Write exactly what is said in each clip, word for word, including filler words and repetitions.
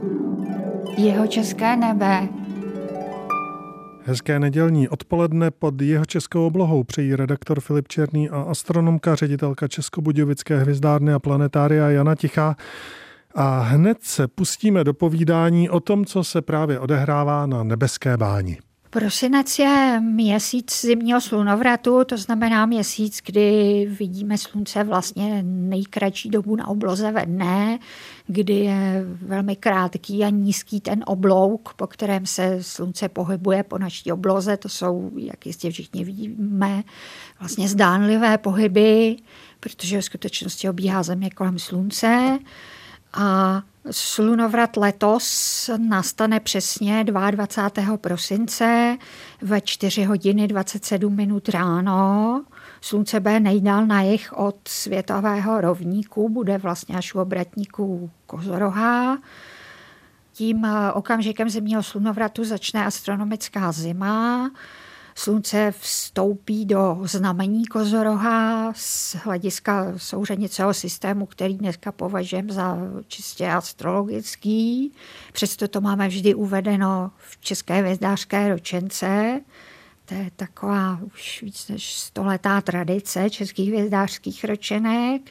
Jihočeské nebe. Hezké nedělní odpoledne pod jihočeskou oblohou přejí redaktor Filip Černý a astronomka, ředitelka Českobudějovické hvězdárny a planetária Jana Tichá. A hned se pustíme do povídání o tom, co se právě odehrává na nebeské báni. Prosinec je měsíc zimního slunovratu, to znamená měsíc, kdy vidíme slunce vlastně nejkratší dobu na obloze ve dne, kdy je velmi krátký a nízký ten oblouk, po kterém se slunce pohybuje po naší obloze. To jsou, jak jistě všichni vidíme, vlastně zdánlivé pohyby, protože v skutečnosti obíhá Země kolem slunce. A slunovrat letos nastane přesně dvacátého druhého prosince ve čtyři hodiny dvacet sedm minut ráno. Slunce bude nejdál na jih od světového rovníku, bude vlastně až u obratníků Kozoroha. Tím okamžikem zimního slunovratu začne astronomická zima. Slunce vstoupí do znamení Kozoroha z hlediska souřadnicového systému, který dneska považujeme za čistě astrologický. Přesto to máme vždy uvedeno v České hvězdářské ročence. To je taková už víc než stoletá tradice českých hvězdářských ročenek.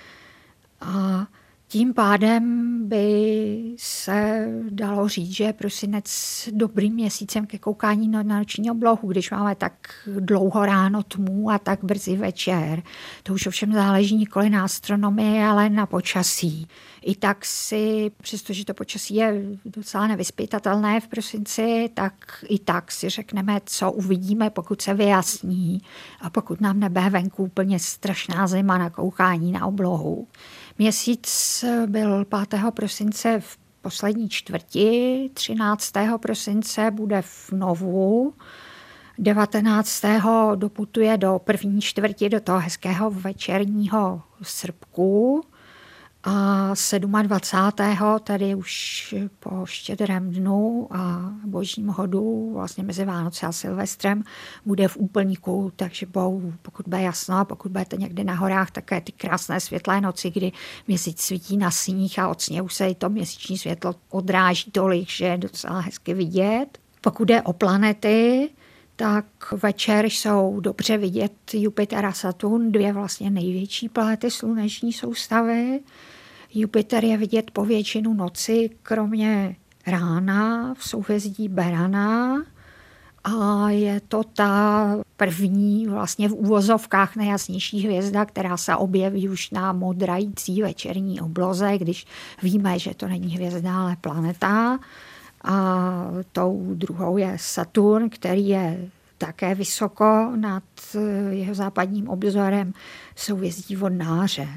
A tím pádem by se dalo říct, že je prosinec dobrým měsícem ke koukání na noční oblohu, když máme tak dlouho ráno tmu a tak brzy večer. To už ovšem záleží nikoli na astronomii, ale na počasí. I tak si, přestože to počasí je docela nevyzpytatelné v prosinci, tak i tak si řekneme, co uvidíme, pokud se vyjasní a pokud nám nebude venku úplně strašná zima na koukání na oblohu. Měsíc byl pátého prosince v poslední čtvrti, třináctého prosince bude v novu, devatenáctého doputuje do první čtvrti, do toho hezkého večerního srpku a dvacátého sedmého tedy už po štědrém dnu a božím hodu, vlastně mezi Vánoce a Silvestrem, bude v úplníku, takže budou, pokud bude jasno a pokud budete někdy na horách, také ty krásné světlé noci, kdy měsíc svítí na sníh a od sněhu se i to měsíční světlo odráží tolik, že je docela hezky vidět. Pokud jde o planety, tak večer jsou dobře vidět Jupiter a Saturn, dvě vlastně největší planety sluneční soustavy. Jupiter je vidět po většinu noci, kromě rána v souhvězdí Berana. A je to ta první vlastně v úvozovkách nejjasnější hvězda, která se objeví už na modrající večerní obloze, když víme, že to není hvězda, ale planeta. A tou druhou je Saturn, který je také vysoko nad jeho západním obzorem souhvězdí Vodnáře.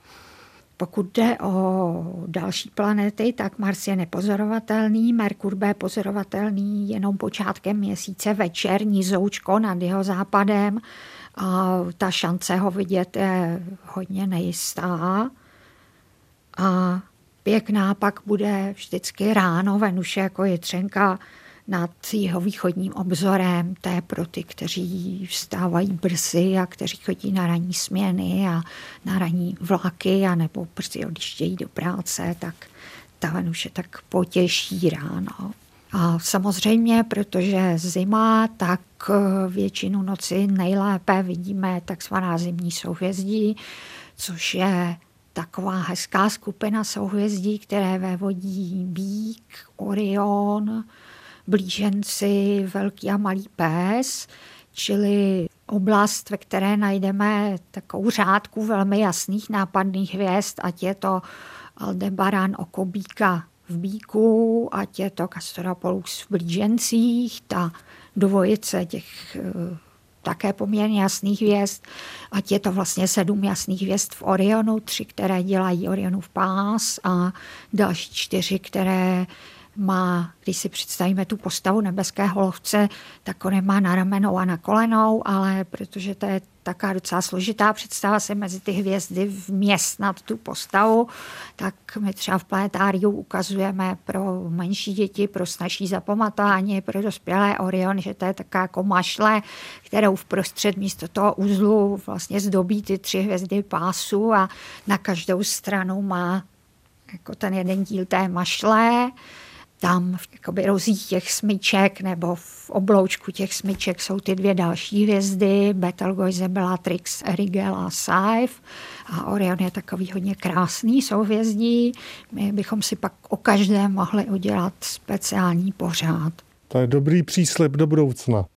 Pokud jde o další planety, tak Mars je nepozorovatelný, Merkur bude pozorovatelný jenom počátkem měsíce večer, nizoučko nad jeho západem a ta šance ho vidět je hodně nejistá. A pěkná pak bude vždycky ráno Venuše jako jitřenka nad jeho východním obzorem. To je pro ty, kteří vstávají brzy a kteří chodí na ranní směny a na ranní vlaky a nebo brzy odjíždějí do práce, tak ta Venuše tak potěší ráno. A samozřejmě, protože zima, tak většinu noci nejlépe vidíme takzvaná zimní souhvězdí, což je taková hezká skupina souhvězdí, které vévodí Býk, Orion, Blíženci, Velký a Malý pes, čili oblast, ve které najdeme takovou řádku velmi jasných nápadných hvězd, ať je to Aldebaran oko Býka v Býku, ať je to Castorapolus v Blížencích, ta dvojice těch také poměrně jasných hvězd, ať je to vlastně sedm jasných hvězd v Orionu, tři, které dělají Orionův pás a další čtyři, které má, když si představíme tu postavu nebeského lovce, tak on má na ramenou a na kolenou, ale protože to je taká docela složitá představa se mezi ty hvězdy vměstnat tu postavu, tak my třeba v planetáriu ukazujeme pro menší děti, pro snazší zapamatování, pro dospělé Orion, že to je taková jako mašle, kterou vprostřed místo toho uzlu vlastně zdobí ty tři hvězdy pásu a na každou stranu má jako ten jeden díl té mašle. Tam v jakoby rozích těch smyček nebo v obloučku těch smyček jsou ty dvě další hvězdy, Betelgeuse, Bellatrix, Rigel a Scythe. A Orion je takový hodně krásný souhvězdí. My bychom si pak o každém mohli udělat speciální pořád. To je dobrý příslib do budoucna.